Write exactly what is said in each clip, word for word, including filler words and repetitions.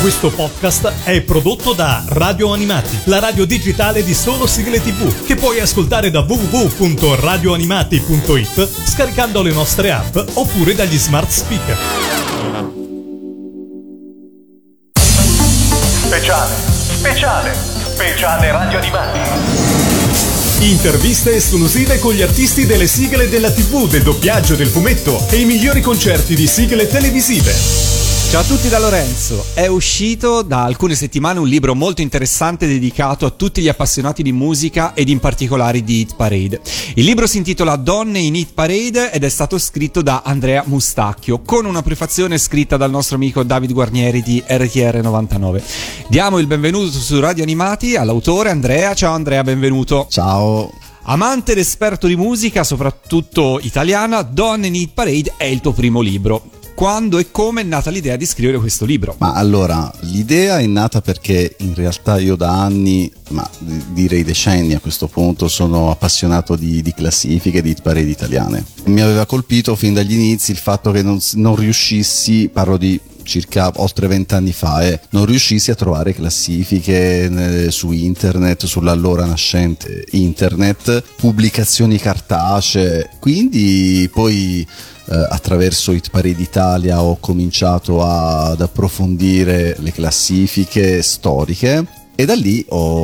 Questo podcast è prodotto da Radio Animati, la radio digitale di solo sigle tivù, che puoi ascoltare da w w w punto radio animati punto i t scaricando le nostre app oppure dagli smart speaker. Speciale, speciale, speciale Radio Animati. Interviste esclusive con gli artisti delle sigle della tivù, del doppiaggio, del fumetto e i migliori concerti di sigle televisive. Ciao a tutti da Lorenzo. È uscito da alcune settimane un libro molto interessante dedicato a tutti gli appassionati di musica ed in particolare di Hit Parade. Il libro si intitola Donne in Hit Parade ed è stato scritto da Andrea Mustacchio, con una prefazione scritta dal nostro amico David Guarnieri di R T R novantanove. Diamo il benvenuto su Radio Animati all'autore Andrea. Ciao Andrea, benvenuto. Ciao. Amante ed esperto di musica, soprattutto italiana, Donne in Hit Parade è il tuo primo libro. Quando e come è nata l'idea di scrivere questo libro? Ma allora, l'idea è nata perché in realtà io da anni, ma direi decenni a questo punto, sono appassionato di, di classifiche, di hit parade italiane. Mi aveva colpito fin dagli inizi il fatto che non, non riuscissi, parlo di circa oltre vent'anni fa, eh, non riuscissi a trovare classifiche eh, su internet, sull'allora nascente internet, pubblicazioni cartacee, quindi poi Eh, attraverso Hit Parade Italia ho cominciato a, ad approfondire le classifiche storiche e da lì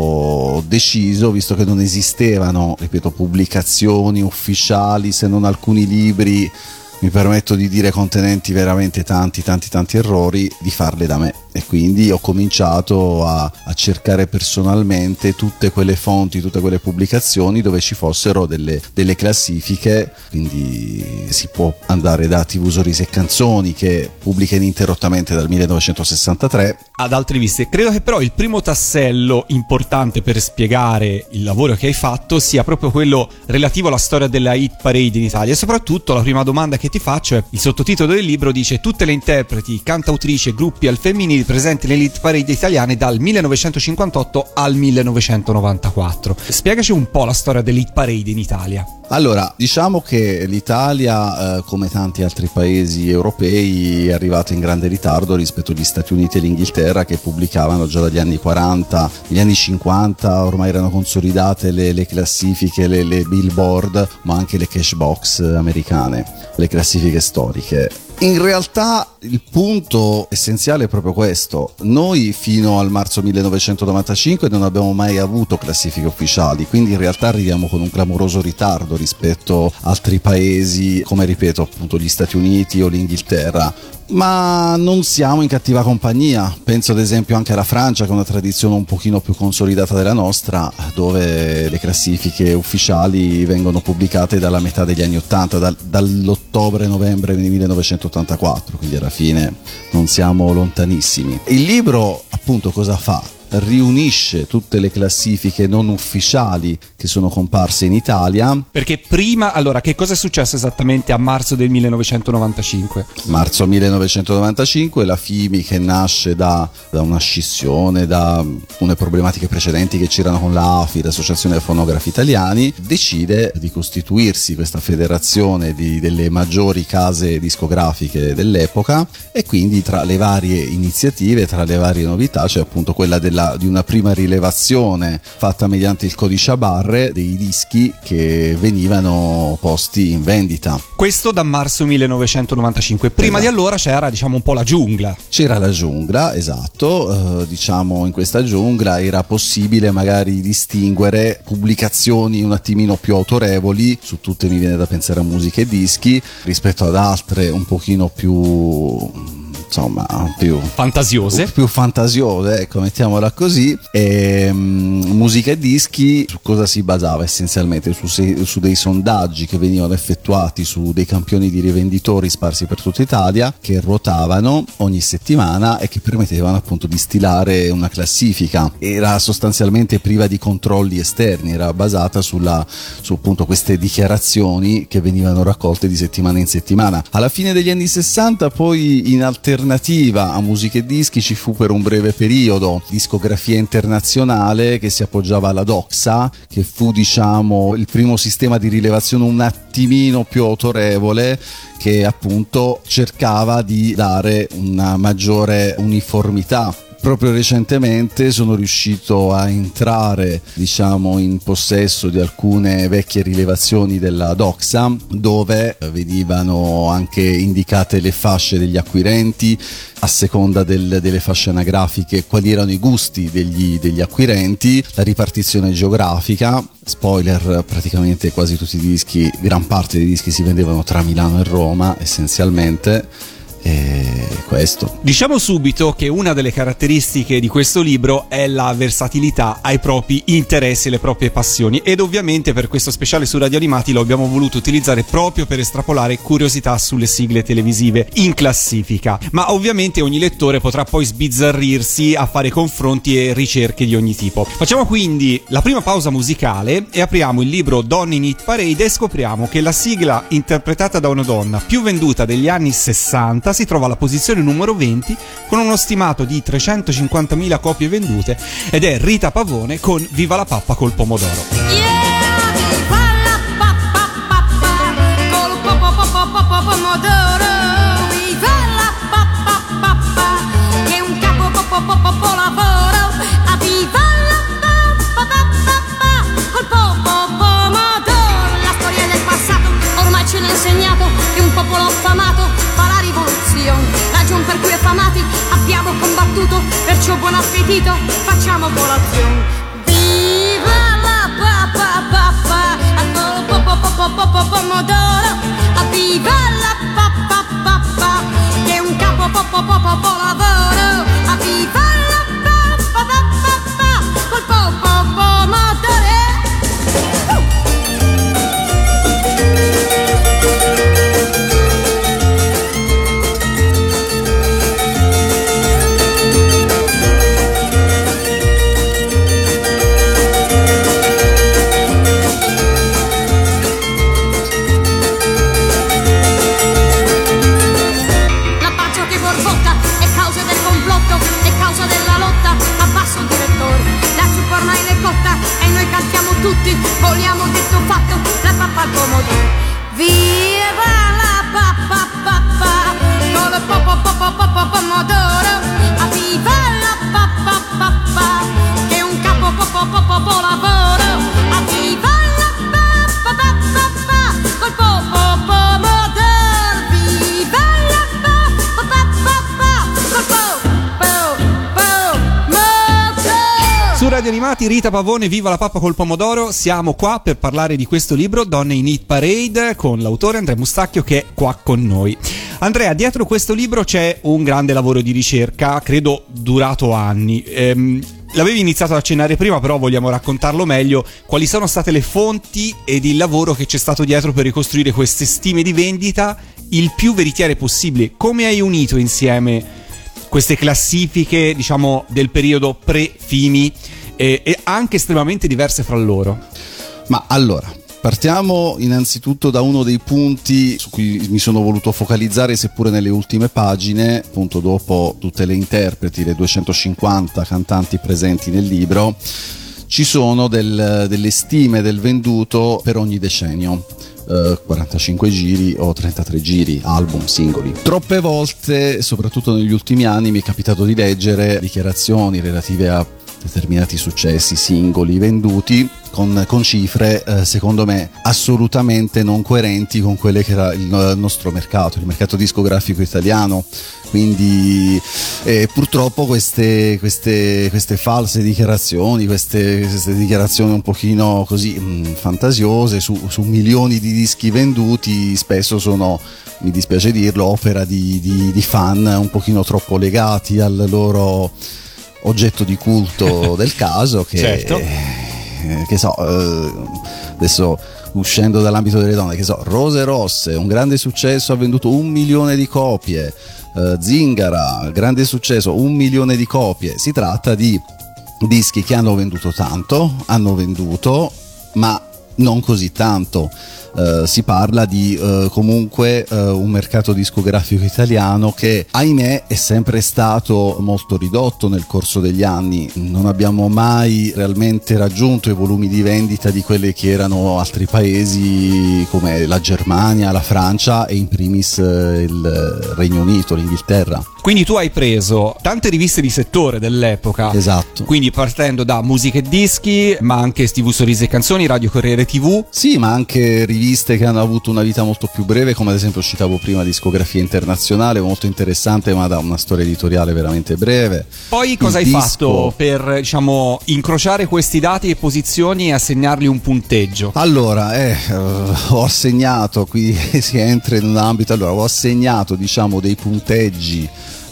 ho deciso, visto che non esistevano, ripeto, pubblicazioni ufficiali se non alcuni libri, mi permetto di dire contenenti veramente tanti tanti tanti errori, di farle da me. E quindi ho cominciato a, a cercare personalmente tutte quelle fonti, tutte quelle pubblicazioni dove ci fossero delle, delle classifiche, quindi si può andare da tivù, Sorrisi e Canzoni, che pubblica ininterrottamente dal millenovecentosessantatré, ad altre riviste. Credo che però il primo tassello importante per spiegare il lavoro che hai fatto sia proprio quello relativo alla storia della Hit Parade in Italia, e soprattutto la prima domanda che ti faccio è: il sottotitolo del libro dice tutte le interpreti, cantautrici e gruppi al femminile presenti nelle hit parade italiane dal millenovecentocinquantotto al millenovecentonovantaquattro. Spiegaci un po' la storia delle hit parade in Italia. Allora, diciamo che l'Italia, eh, come tanti altri paesi europei, è arrivata in grande ritardo rispetto agli Stati Uniti e l'Inghilterra, che pubblicavano già dagli anni quaranta. Negli anni cinquanta ormai erano consolidate le, le classifiche, le, le Billboard, ma anche le Cashbox americane, le classifiche storiche. In realtà il punto essenziale è proprio questo: noi fino al marzo millenovecentonovantacinque non abbiamo mai avuto classifiche ufficiali, quindi in realtà arriviamo con un clamoroso ritardo rispetto a altri paesi come, ripeto, appunto gli Stati Uniti o l'Inghilterra. Ma non siamo in cattiva compagnia. Penso ad esempio anche alla Francia, che è una tradizione un pochino più consolidata della nostra, dove le classifiche ufficiali vengono pubblicate dalla metà degli anni ottanta, dal, dall'ottobre-novembre millenovecentottantaquattro, quindi alla fine non siamo lontanissimi. Il libro appunto cosa fa? Riunisce tutte le classifiche non ufficiali che sono comparse in Italia. Perché prima, allora, che cosa è successo esattamente a marzo del millenovecentonovantacinque? Marzo millenovecentonovantacinque, la F I M I, che nasce da, da una scissione, da alcune problematiche precedenti che c'erano con la A F I, l'Associazione dei Fonografi Italiani, decide di costituirsi questa federazione di, delle maggiori case discografiche dell'epoca, e quindi tra le varie iniziative, tra le varie novità, c'è appunto quella della di una prima rilevazione fatta mediante il codice a barre dei dischi che venivano posti in vendita. Questo da marzo millenovecentonovantacinque. Prima Esatto. di allora c'era, diciamo, un po' la giungla. C'era la giungla, esatto. Eh, diciamo, in questa giungla era possibile magari distinguere pubblicazioni un attimino più autorevoli, su tutte mi viene da pensare a Musica e Dischi, rispetto ad altre un pochino più, insomma, più fantasiose, più fantasiose, ecco, mettiamola così. E, um, Musica e Dischi su cosa si basava essenzialmente? Su, se, su dei sondaggi che venivano effettuati su dei campioni di rivenditori sparsi per tutta Italia, che ruotavano ogni settimana e che permettevano appunto di stilare una classifica. Era sostanzialmente priva di controlli esterni, era basata sulla, su appunto queste dichiarazioni che venivano raccolte di settimana in settimana. Alla fine degli anni sessanta poi, in alternativa a Musica e Dischi, ci fu per un breve periodo Discografia Internazionale, che si appoggiava alla Doxa, che fu, diciamo, il primo sistema di rilevazione un attimino più autorevole, che appunto cercava di dare una maggiore uniformità proprio recentemente sono riuscito a entrare, diciamo, in possesso di alcune vecchie rilevazioni della Doxa, dove venivano anche indicate le fasce degli acquirenti a seconda del, delle fasce anagrafiche, quali erano i gusti degli, degli acquirenti, la ripartizione geografica. Spoiler, praticamente quasi tutti i dischi, gran parte dei dischi si vendevano tra Milano e Roma essenzialmente. E questo. Diciamo subito che una delle caratteristiche di questo libro è la versatilità ai propri interessi e le proprie passioni, ed ovviamente per questo speciale su Radio Animati lo abbiamo voluto utilizzare proprio per estrapolare curiosità sulle sigle televisive in classifica, ma ovviamente ogni lettore potrà poi sbizzarrirsi a fare confronti e ricerche di ogni tipo. Facciamo quindi la prima pausa musicale e apriamo il libro Donne in Hit Parade e scopriamo che la sigla interpretata da una donna più venduta degli anni sessanta si trova alla posizione numero venti con uno stimato di trecentocinquantamila copie vendute, ed è Rita Pavone con Viva la pappa col pomodoro. Yeah, viva la pappa pappa col po po po po po po pomodoro. Viva la pappa pappa che è un capo po po po po po lavoro. Ah, viva la pappa pappa col po po pomodoro. La storia del passato ormai ce l'ha insegnato che un popolo affamato fa la rivoluzione, ragion per cui affamati abbiamo combattuto, perciò buon appetito, facciamo colazione. Viva la pappa pappa, al po po po po po po pomodoro. Viva la pappa pappa, che è un capo po po po po po lavoro. Viva la pappa pappa, col po po pomodoro. Tutti vogliamo detto fatto la pappa al pomodoro. Viva la pappa pappa con il po po po po po pomodoro. Viva la pappa pappa che è un capo po po po po po lavoro. Viva la pappa pappa col po po pomodoro. Viva la pappa pappa col po po pomodoro. Su Radio Animati, Rita Pavone, Viva la pappa col pomodoro. Siamo qua per parlare di questo libro Donne in Hit Parade con l'autore Andrea Mustacchio, che è qua con noi. Andrea, dietro questo libro c'è un grande lavoro di ricerca, credo durato anni. Ehm, l'avevi iniziato ad accennare prima, però vogliamo raccontarlo meglio. Quali sono state le fonti ed il lavoro che c'è stato dietro per ricostruire queste stime di vendita il più veritiere possibile? Come hai unito insieme queste classifiche, diciamo, del periodo pre-Fimi e, e anche estremamente diverse fra loro? Ma allora, partiamo innanzitutto da uno dei punti su cui mi sono voluto focalizzare, seppure nelle ultime pagine, appunto dopo tutte le interpreti, le duecentocinquanta cantanti presenti nel libro, ci sono del, delle stime del venduto per ogni decennio. Uh, quarantacinque giri o trentatré giri, album, singoli. Troppe volte, soprattutto negli ultimi anni, mi è capitato di leggere dichiarazioni relative a determinati successi, singoli venduti con, con cifre eh, secondo me assolutamente non coerenti con quelle che era il, il nostro mercato, il mercato discografico italiano. Quindi eh, purtroppo queste, queste, queste false dichiarazioni, queste, queste dichiarazioni un pochino così mh, fantasiose su, su milioni di dischi venduti spesso sono, mi dispiace dirlo, opera di, di, di fan un pochino troppo legati al loro oggetto di culto del caso, che, certo. eh, che so, eh, adesso uscendo dall'ambito delle donne, che so, Rose Rosse, un grande successo, ha venduto un milione di copie, eh, Zingara, grande successo, un milione di copie. Si tratta di dischi che hanno venduto tanto, hanno venduto, ma non così tanto. eh, si parla di eh, comunque eh, un mercato discografico italiano che, ahimè, è sempre stato molto ridotto nel corso degli anni. Non abbiamo mai realmente raggiunto i volumi di vendita di quelli che erano altri paesi come la Germania, la Francia e in primis eh, il Regno Unito, l'Inghilterra. Quindi tu hai preso tante riviste di settore dell'epoca. Esatto. Quindi partendo da musica e dischi, ma anche tivù Sorrisi e Canzoni, Radio Corriere tivù. Sì, ma anche riviste che hanno avuto una vita molto più breve, come ad esempio citavo prima Discografia Internazionale, molto interessante ma da una storia editoriale veramente breve. Poi cosa Il hai disco... fatto per, diciamo, incrociare questi dati e posizioni e assegnargli un punteggio? Allora, eh, ho assegnato, qui si entra in un ambito, allora ho assegnato diciamo dei punteggi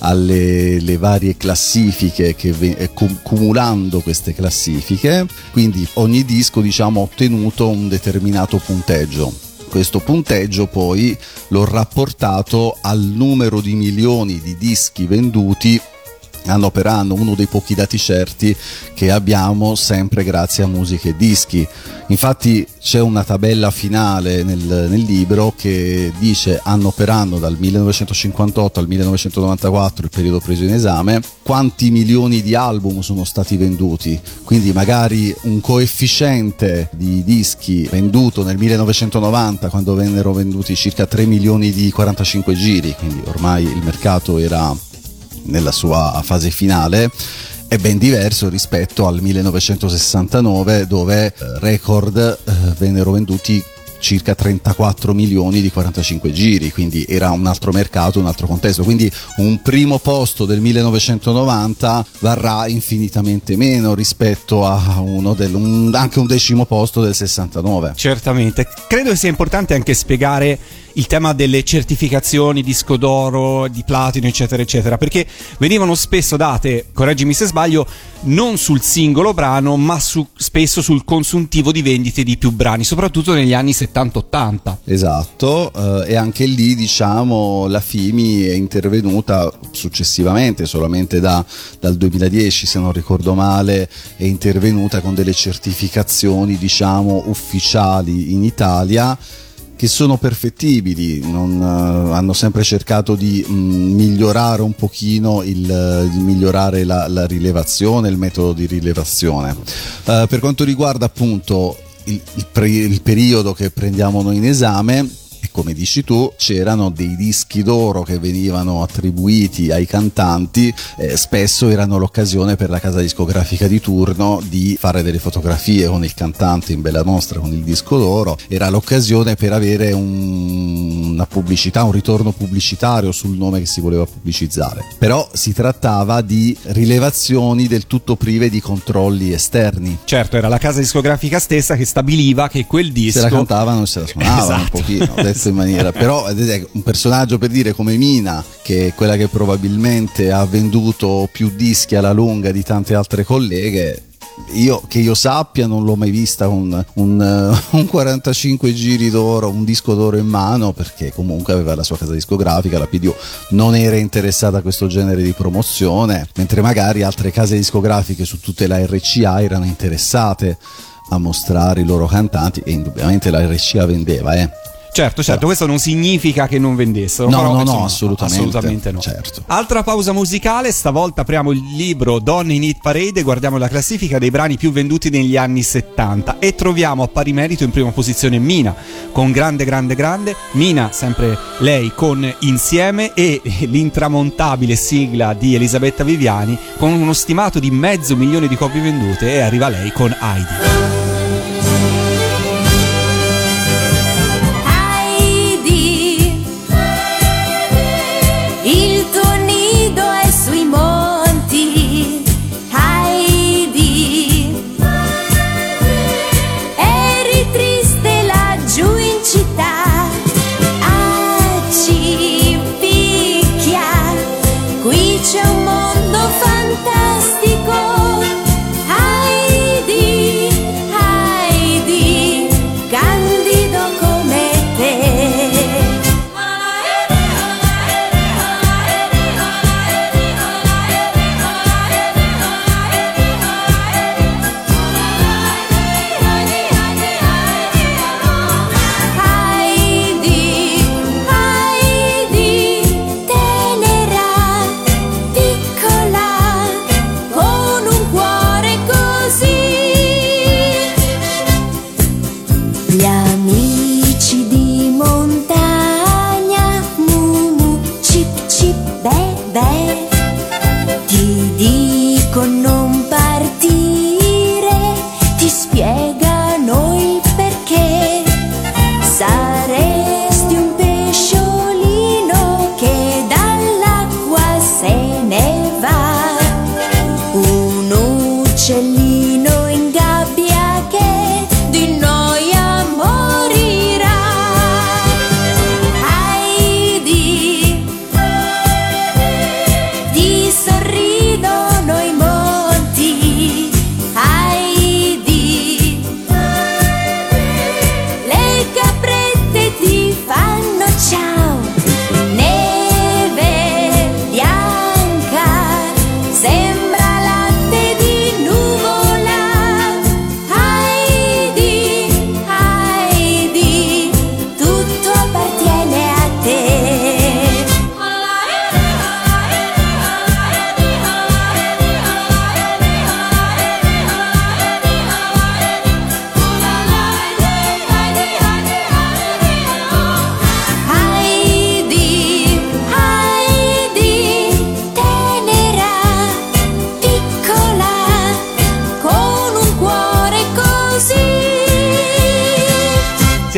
alle le varie classifiche che eh, cumulando queste classifiche, quindi ogni disco diciamo ha ottenuto un determinato punteggio. Questo punteggio poi l'ho rapportato al numero di milioni di dischi venduti anno per anno, uno dei pochi dati certi che abbiamo sempre grazie a Musica e Dischi. Infatti c'è una tabella finale nel, nel libro che dice anno per anno, dal millenovecentocinquantotto al millenovecentonovantaquattro, il periodo preso in esame, quanti milioni di album sono stati venduti, quindi magari un coefficiente di dischi venduto nel millenovecentonovanta, quando vennero venduti circa tre milioni di quarantacinque giri, quindi ormai il mercato era nella sua fase finale, è ben diverso rispetto al millenovecentosessantanove, dove record eh, vennero venduti circa trentaquattro milioni di quarantacinque giri, quindi era un altro mercato, un altro contesto. Quindi un primo posto del millenovecentonovanta varrà infinitamente meno rispetto a uno del, un, anche un decimo posto del sessantanove. Certamente, credo sia importante anche spiegare il tema delle certificazioni, disco d'oro, di platino, eccetera eccetera, perché venivano spesso date, correggimi se sbaglio, non sul singolo brano ma su, spesso sul consuntivo di vendite di più brani, soprattutto negli anni settanta ottanta. Esatto, eh, e anche lì diciamo la FIMI è intervenuta successivamente, solamente da, dal duemiladieci se non ricordo male, è intervenuta con delle certificazioni diciamo ufficiali in Italia, che sono perfettibili, non, uh, hanno sempre cercato di mh, migliorare un pochino, il, di migliorare la, la rilevazione, il metodo di rilevazione. Uh, per quanto riguarda appunto il, il, pre, il periodo che prendiamo noi in esame, e come dici tu, c'erano dei dischi d'oro che venivano attribuiti ai cantanti, eh, spesso erano l'occasione per la casa discografica di turno di fare delle fotografie con il cantante in bella mostra con il disco d'oro, era l'occasione per avere un, una pubblicità, un ritorno pubblicitario sul nome che si voleva pubblicizzare. Però si trattava di rilevazioni del tutto prive di controlli esterni. Certo, era la casa discografica stessa che stabiliva che quel disco se la cantavano e se la suonavano, esatto, un pochino in maniera. Però un personaggio, per dire, come Mina, che è quella che probabilmente ha venduto più dischi alla lunga di tante altre colleghe, io che io sappia non l'ho mai vista con un, un quarantacinque giri d'oro, un disco d'oro in mano, perché comunque aveva la sua casa discografica, la P D O non era interessata a questo genere di promozione, mentre magari altre case discografiche su tutte la R C A erano interessate a mostrare i loro cantanti, e indubbiamente la R C A vendeva, eh Certo, certo, questo non significa che non vendessero. No, però, no, insomma, no, assolutamente, assolutamente no. Certo. Altra pausa musicale, stavolta apriamo il libro Donne in Hit Parade e guardiamo la classifica dei brani più venduti negli anni settanta e troviamo a pari merito in prima posizione Mina con Grande Grande Grande, Mina sempre lei con Insieme, e l'intramontabile sigla di Elisabetta Viviani con uno stimato di mezzo milione di copie vendute, e arriva lei con Heidi. C'è un mondo fantastico, Heidi,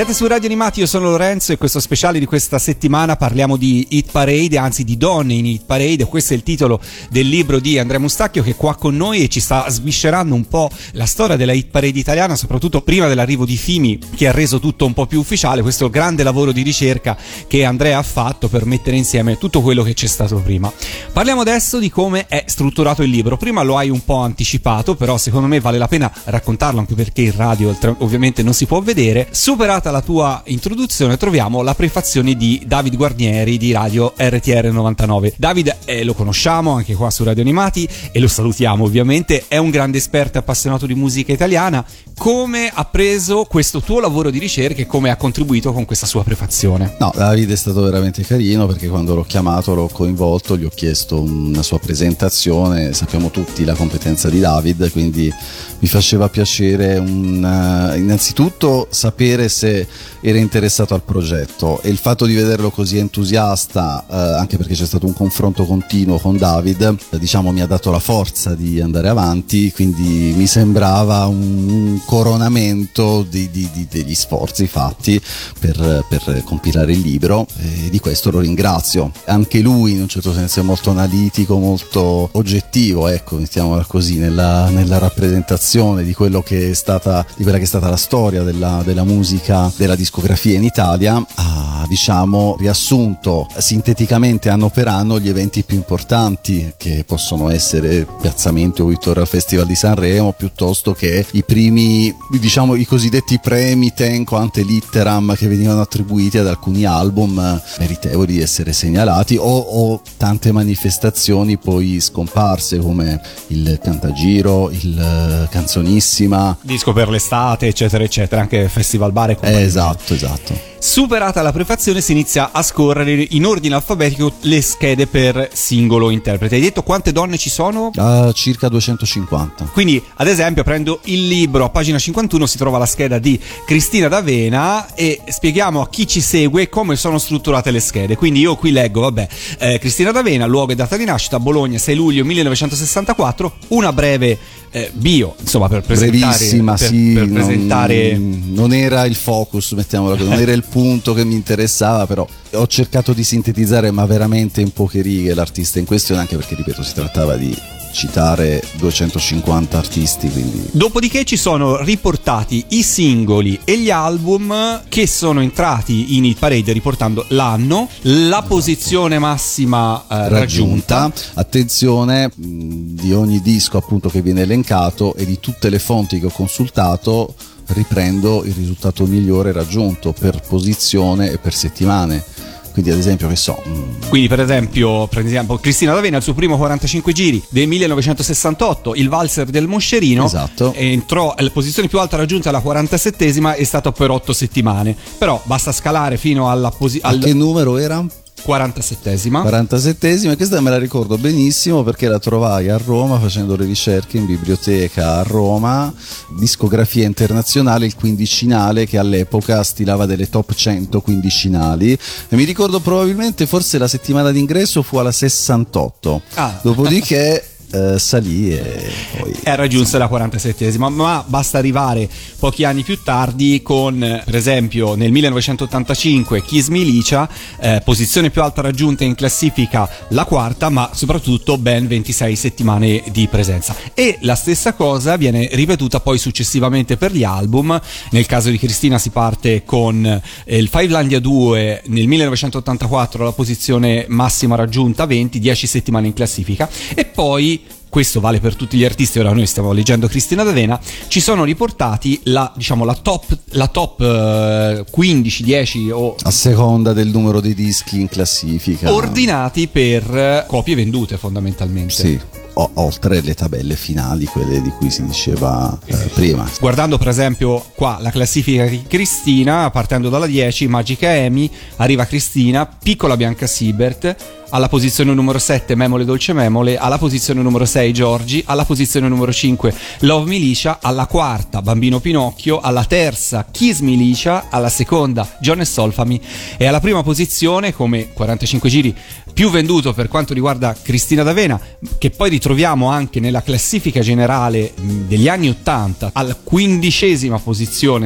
Siete su Radio Animati, io sono Lorenzo e questo speciale di questa settimana parliamo di Hit Parade, anzi di donne in Hit Parade. Questo è il titolo del libro di Andrea Mustacchio, che è qua con noi e ci sta sviscerando un po' la storia della Hit Parade italiana, soprattutto prima dell'arrivo di Fimi, che ha reso tutto un po' più ufficiale. Questo grande lavoro di ricerca che Andrea ha fatto per mettere insieme tutto quello che c'è stato prima. Parliamo adesso di come è strutturato il libro. Prima lo hai un po' anticipato, però secondo me vale la pena raccontarlo, anche perché in radio ovviamente non si può vedere. Superata la tua introduzione, troviamo la prefazione di David Guarnieri di Radio R T R novantanove. David eh, lo conosciamo anche qua su Radio Animati e lo salutiamo ovviamente, è un grande esperto e appassionato di musica italiana. Come ha preso questo tuo lavoro di ricerca e come ha contribuito con questa sua prefazione? No, David è stato veramente carino, perché quando l'ho chiamato, l'ho coinvolto, gli ho chiesto una sua presentazione. Sappiamo tutti la competenza di David, quindi mi faceva piacere un, uh, innanzitutto sapere se era interessato al progetto, e il fatto di vederlo così entusiasta, uh, anche perché c'è stato un confronto continuo con David, uh, diciamo mi ha dato la forza di andare avanti, quindi mi sembrava un, un coronamento di, di, di, degli sforzi fatti per, per compilare il libro, e di questo lo ringrazio. Anche lui in un certo senso è molto analitico, molto oggettivo, ecco, mettiamola così, nella, nella rappresentazione di quello che è stata, di quella che è stata la storia della, della musica, della discografia in Italia. Ha, diciamo, riassunto sinteticamente anno per anno gli eventi più importanti, che possono essere piazzamenti o vittoria al Festival di Sanremo, piuttosto che i primi, diciamo, i cosiddetti premi Tenco ante litteram che venivano attribuiti ad alcuni album meritevoli di essere segnalati, o, o tante manifestazioni poi scomparse come il Cantagiro, il Canzonissima, disco per l'estate, eccetera eccetera, anche Festival Bar e compagnia. eh, esatto esatto Superata la prefazione si inizia a scorrere in ordine alfabetico le schede per singolo interprete. Hai detto quante donne ci sono? Uh, circa duecentocinquanta. Quindi ad esempio prendo il libro, a pagina cinquantuno si trova la scheda di Cristina D'Avena e spieghiamo a chi ci segue come sono strutturate le schede. Quindi io qui leggo, vabbè, eh, Cristina D'Avena, luogo e data di nascita, Bologna, sei luglio millenovecentosessantaquattro, una breve eh, bio, insomma, per presentare, brevissima, per, sì, per presentare... non, non era il focus, mettiamola così, non era il punto che mi interessava, però ho cercato di sintetizzare, ma veramente in poche righe, l'artista in questione, anche perché, ripeto, si trattava di citare duecentocinquanta artisti, quindi. Dopodiché ci sono riportati i singoli e gli album che sono entrati in Hit Parade, riportando l'anno, la posizione massima eh, raggiunta. raggiunta. Attenzione, mh, di ogni disco appunto che viene elencato e di tutte le fonti che ho consultato, riprendo il risultato migliore raggiunto per posizione e per settimane. Quindi ad esempio, che so, mh. quindi per esempio prendiamo Cristina D'Avena, il suo primo quarantacinque giri del millenovecentosessantotto, il valzer del Moscerino, esatto, entrò alla posizione più alta raggiunta, la quarantasettesima, è stato per otto settimane, però basta scalare fino alla posizione. Al... che numero era? quarantasettesima. quarantasettesima, questa me la ricordo benissimo perché la trovai a Roma facendo le ricerche in biblioteca a Roma, discografia internazionale, il quindicinale che all'epoca stilava delle top cento quindicinali, e mi ricordo probabilmente forse la settimana d'ingresso fu alla sessantotto. Ah. Dopodiché Uh, salì e poi e raggiunse la quarantasettesima, ma basta arrivare pochi anni più tardi con, per esempio, nel millenovecentottantacinque Kiss Me Licia, eh, posizione più alta raggiunta in classifica, la quarta, ma soprattutto ben ventisei settimane di presenza. E la stessa cosa viene ripetuta poi successivamente per gli album. Nel caso di Cristina si parte con eh, il Fivelandia due nel millenovecentottantaquattro, la posizione massima raggiunta venti, dieci settimane in classifica, e poi, questo vale per tutti gli artisti, ora noi stiamo leggendo Cristina D'Avena, ci sono riportati la, diciamo, la top, la top uh, quindici, dieci o a seconda del numero dei dischi in classifica, ordinati per copie vendute fondamentalmente. Sì, o, oltre le tabelle finali, quelle di cui si diceva eh, prima. Guardando per esempio qua la classifica di Cristina, partendo dalla dieci, Magica Amy, arriva Cristina, Piccola Bianca Sibert, alla posizione numero sette Memole Dolce Memole, alla posizione numero sei Giorgi, alla posizione numero cinque Love Milicia, alla quarta Bambino Pinocchio, alla terza Kiss Milicia, alla seconda John e Solfami, e alla prima posizione, come quarantacinque giri più venduto per quanto riguarda Cristina D'Avena, che poi ritroviamo anche nella classifica generale degli anni ottanta, alla quindicesima posizione della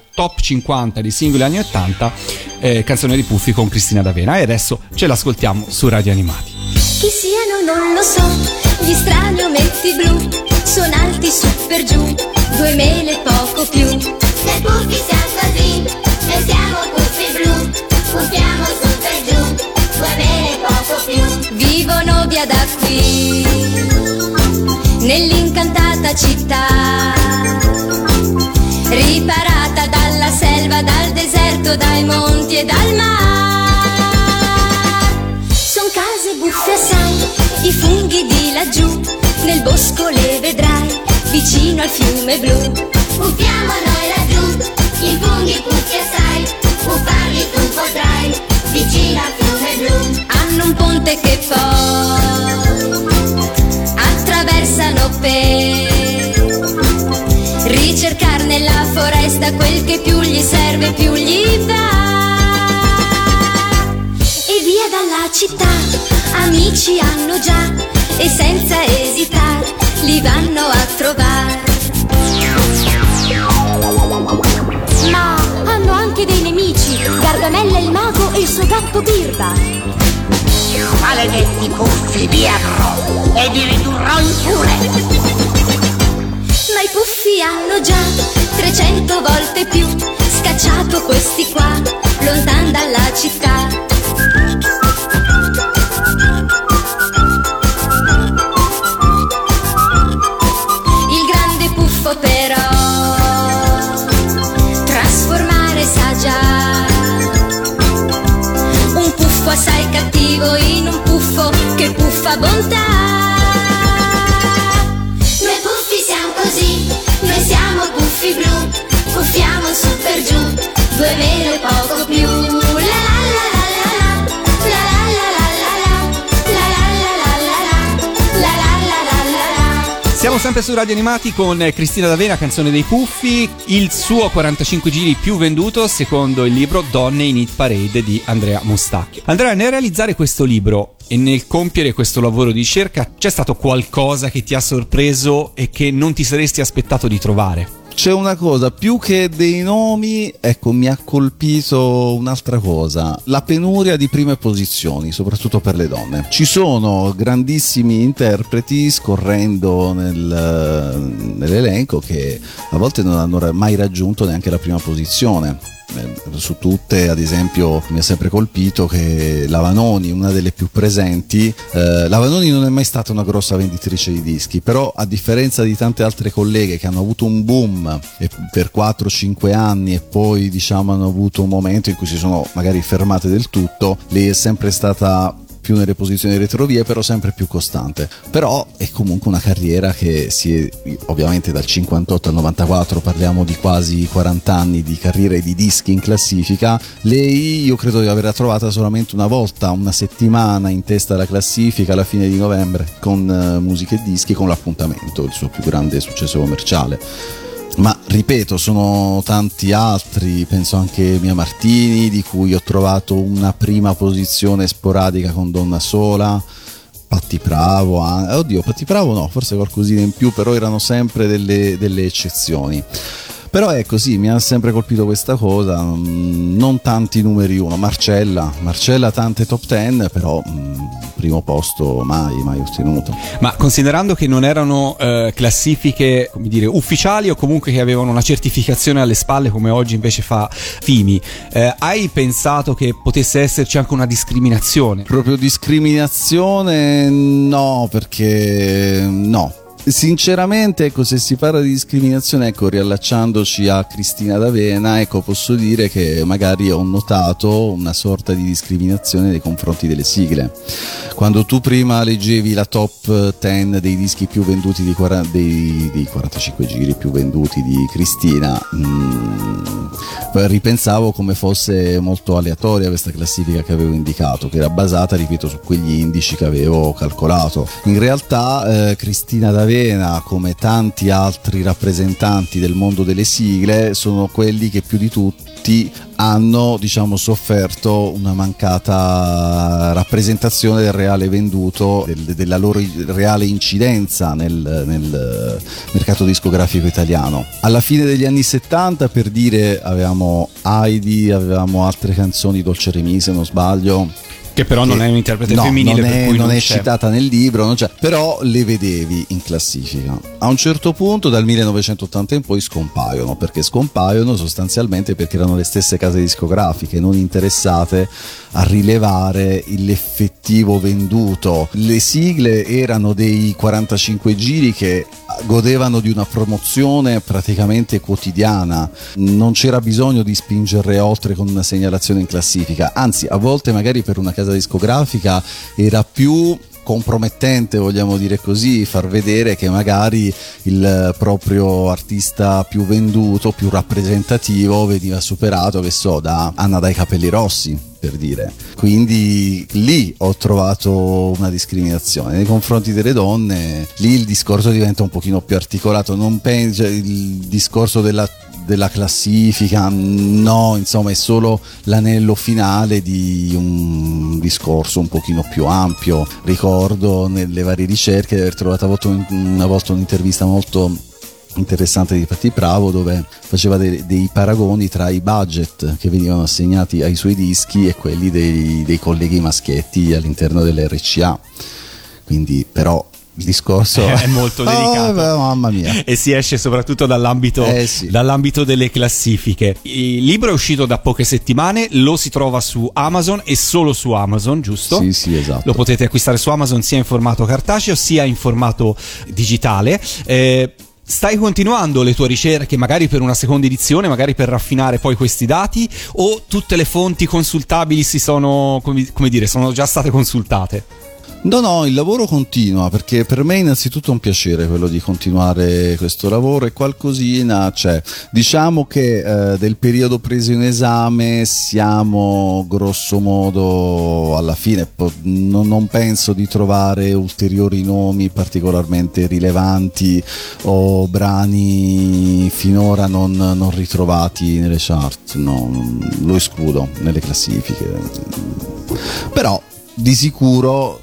top cinquanta di singoli anni ottanta, eh, Canzone dei Puffi con Cristina D'Avena, e adesso ce l'ascoltiamo su Radio Animati. Chi siano non lo so, gli strani ometti blu, sono alti su per giù, due mele poco più. Se puffi siamo così, noi siamo puffi blu, puffiamo su per giù, due mele poco più. Vivono via da qui, nell'incantata città, riparata dalla selva, dal deserto, dai monti e dal mare. Son case buffe assai, i funghi di laggiù, nel bosco le vedrai, vicino al fiume blu. Puffiamo noi laggiù, i funghi puffi assai, puffarli tu potrai, vicino al fiume blu. Hanno un ponte che poi attraversano per ricercare nella foresta quel che più gli serve, più gli va. E via dalla città, amici hanno già, e senza esitare li vanno a trovare. Ma hanno anche dei nemici, Gargamella il mago e il suo gatto Birba. Maledetti puffi, vi avrò e vi ridurrò in pure. Ma i puffi hanno già trecento volte più scacciato questi qua, lontan dalla città. Il grande puffo però trasformare sa già, un puffo assai cattivo in un puffo che puffa bontà. Noi puffi siamo così, noi siamo puffi blu, puffiamo su per giù, due mele poco più. La la la la la, la la la la la, la la la la la, la la la la la. Siamo sempre su Radio Animati con Cristina D'Avena, Canzone dei Puffi, il suo quarantacinque giri più venduto secondo il libro Donne in Hit Parade di Andrea Mustacchi. Andrea, nel realizzare questo libro e nel compiere questo lavoro di ricerca c'è stato qualcosa che ti ha sorpreso e che non ti saresti aspettato di trovare? C'è una cosa, più che dei nomi, ecco, mi ha colpito un'altra cosa, la penuria di prime posizioni, soprattutto per le donne. Ci sono grandissimi interpreti scorrendo nel, nell'elenco che a volte non hanno mai raggiunto neanche la prima posizione. Su tutte, ad esempio, mi ha sempre colpito che la Vanoni, una delle più presenti, eh, la Vanoni non è mai stata una grossa venditrice di dischi, però a differenza di tante altre colleghe che hanno avuto un boom per quattro cinque anni e poi diciamo hanno avuto un momento in cui si sono magari fermate del tutto, lei è sempre stata più nelle posizioni di retrovie, però sempre più costante. Però è comunque una carriera che si è, ovviamente dal cinquantotto al novantaquattro, parliamo di quasi quaranta anni di carriera e di dischi in classifica. Lei io credo di averla trovata solamente una volta, una settimana in testa alla classifica alla fine di novembre con uh, Musica e Dischi, con L'Appuntamento, il suo più grande successo commerciale. Ma ripeto, sono tanti altri, penso anche Mia Martini, di cui ho trovato una prima posizione sporadica con Donna Sola, Patti Bravo, eh, oddio Patti Bravo no, forse qualcosina in più, però erano sempre delle, delle eccezioni. Però ecco, sì, mi ha sempre colpito questa cosa, non tanti numeri uno. Marcella, Marcella tante top ten, però mh, primo posto mai, mai ottenuto. Ma considerando che non erano eh, classifiche, come dire, ufficiali o comunque che avevano una certificazione alle spalle come oggi invece fa Fimi, eh, hai pensato che potesse esserci anche una discriminazione? Proprio discriminazione no, perché no. Sinceramente, ecco, se si parla di discriminazione, ecco, riallacciandoci a Cristina D'Avena, ecco, posso dire che magari ho notato una sorta di discriminazione nei confronti delle sigle. Quando tu prima leggevi la top dieci dei dischi più venduti di quaranta, dei, dei quarantacinque giri più venduti di Cristina, mh, ripensavo come fosse molto aleatoria questa classifica che avevo indicato, che era basata, ripeto, su quegli indici che avevo calcolato. In realtà eh, Cristina D'Avena, come tanti altri rappresentanti del mondo delle sigle, sono quelli che più di tutti hanno, diciamo, sofferto una mancata rappresentazione del reale venduto, del, della loro reale incidenza nel, nel mercato discografico italiano. Alla fine degli anni settanta, per dire, avevamo Heidi, avevamo altre canzoni, Dolce Remise se non sbaglio, che però non è un interprete no, femminile, non è, per cui non non è c'è. citata nel libro, non c'è, però le vedevi in classifica. A un certo punto, dal millenovecentottanta in poi, scompaiono. Perché scompaiono? Sostanzialmente perché erano le stesse case discografiche non interessate a rilevare l'effettivo venduto. Le sigle erano dei quarantacinque giri che godevano di una promozione praticamente quotidiana, non c'era bisogno di spingere oltre con una segnalazione in classifica, anzi a volte magari per una casa discografica era più compromettente, vogliamo dire così, far vedere che magari il proprio artista più venduto, più rappresentativo veniva superato, che so, da Anna dai capelli rossi, per dire. Quindi lì ho trovato una discriminazione nei confronti delle donne. Lì il discorso diventa un pochino più articolato, non penso il discorso della della classifica, no, insomma è solo l'anello finale di un discorso un pochino più ampio. Ricordo nelle varie ricerche di aver trovato una volta un'intervista molto interessante di Patti Bravo, dove faceva dei, dei paragoni tra i budget che venivano assegnati ai suoi dischi e quelli dei, dei colleghi maschietti all'interno dell'R C A. Quindi però il discorso è molto delicato. Oh, mamma mia. E si esce soprattutto dall'ambito, eh sì. dall'ambito delle classifiche. Il libro è uscito da poche settimane, lo si trova su Amazon e solo su Amazon, giusto? Sì, sì, esatto. Lo potete acquistare su Amazon sia in formato cartaceo sia in formato digitale. Eh, Stai continuando le tue ricerche magari per una seconda edizione, magari per raffinare poi questi dati, o tutte le fonti consultabili si sono, come, come dire, sono già state consultate? No, no, il lavoro continua, perché per me innanzitutto è un piacere quello di continuare questo lavoro, e qualcosina c'è. Diciamo che eh, del periodo preso in esame siamo grosso modo alla fine, non, non penso di trovare ulteriori nomi particolarmente rilevanti o brani finora non, non ritrovati nelle chart, no, lo escludo nelle classifiche. Però di sicuro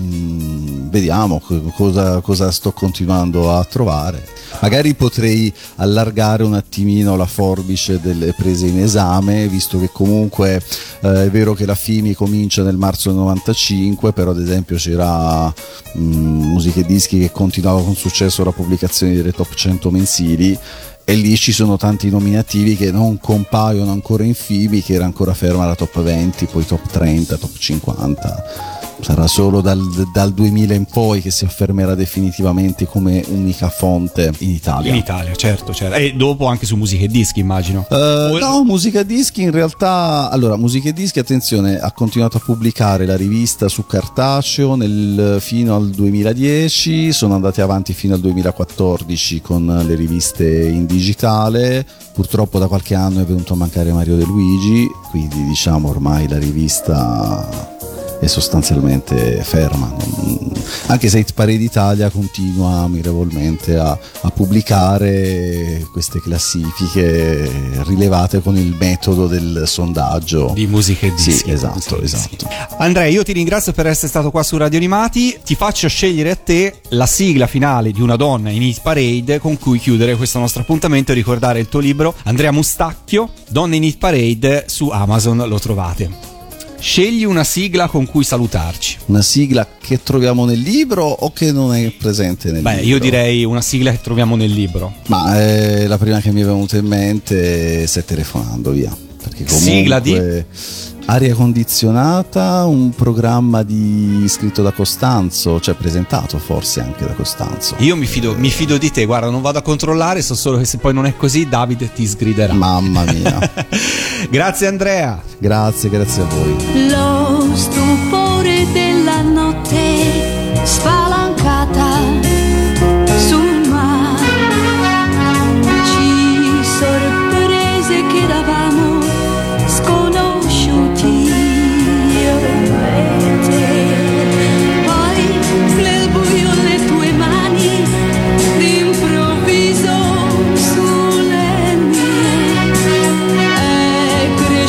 Mm, vediamo cosa, cosa sto continuando a trovare. Magari potrei allargare un attimino la forbice delle prese in esame, visto che comunque eh, è vero che la FIMI comincia nel marzo del novantacinque, però ad esempio c'era mm, Musica e Dischi che continuava con successo la pubblicazione delle top cento mensili, e lì ci sono tanti nominativi che non compaiono ancora in FIMI, che era ancora ferma la top venti, poi top trenta, top cinquanta. Sarà solo dal, dal duemila in poi che si affermerà definitivamente come unica fonte in Italia. In Italia, certo, certo. E dopo anche su Musica e Dischi, immagino. Uh, no, Musica e Dischi in realtà... Allora, Musica e Dischi, attenzione, ha continuato a pubblicare la rivista su cartaceo nel, fino al duemiladieci, sono andati avanti fino al duemilaquattordici con le riviste in digitale. Purtroppo da qualche anno è venuto a mancare Mario De Luigi, quindi diciamo ormai la rivista è sostanzialmente ferma, anche se Hit Parade Italia continua amirevolmente a, a pubblicare queste classifiche rilevate con il metodo del sondaggio di Musica e Dischi. Sì, esatto, esatto. Andrea, io ti ringrazio per essere stato qua su Radio Animati, ti faccio scegliere a te la sigla finale di Una donna in Hit Parade con cui chiudere questo nostro appuntamento e ricordare il tuo libro, Andrea Mustacchio, Donne in Hit Parade, su Amazon lo trovate. Scegli una sigla con cui salutarci. Una sigla che troviamo nel libro o che non è presente nel Beh, libro? io direi una sigla che troviamo nel libro. Ma eh, la prima che mi è venuta in mente è Stai telefonando, via. Perché comunque sigla di Aria condizionata, un programma di scritto da Costanzo, cioè presentato forse anche da Costanzo. Io mi fido, mi fido di te, guarda, non vado a controllare, so solo che se poi non è così Davide ti sgriderà. Mamma mia. Grazie Andrea. Grazie, grazie a voi. Lo stupore della notte spalancata sul mare ci sorprese che eravamo sconosciuti io e te. Poi nel buio le tue mani d'improvviso sulle mie è cresciuto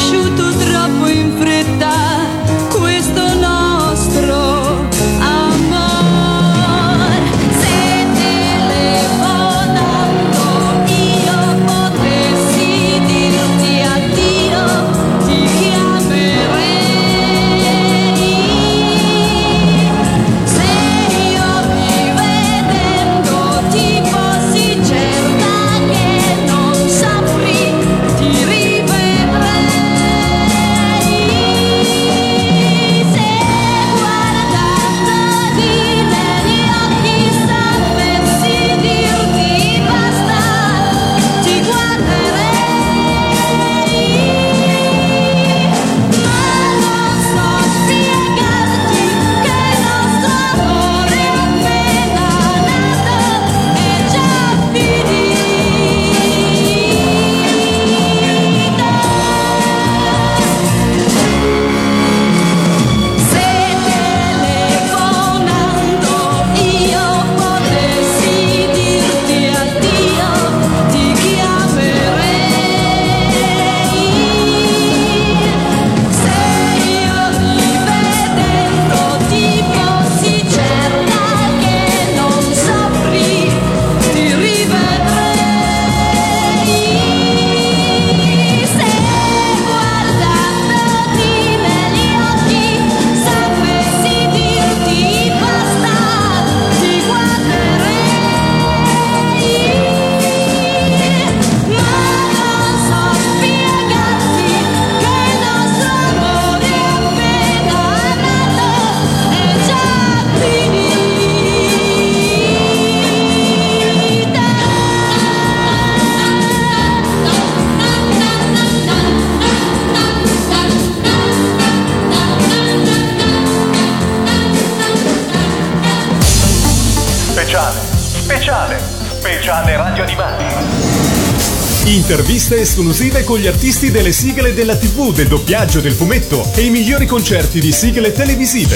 Speciale, speciale, speciale Radio Animati. Interviste esclusive con gli artisti delle sigle della tivù, del doppiaggio, del fumetto e i migliori concerti di sigle televisive.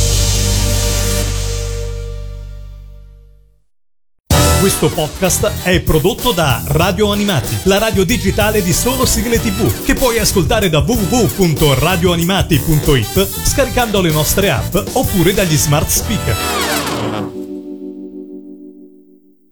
Questo podcast è prodotto da Radio Animati, la radio digitale di solo sigle tivù, che puoi ascoltare da w w w punto radioanimati punto it scaricando le nostre app oppure dagli smart speaker.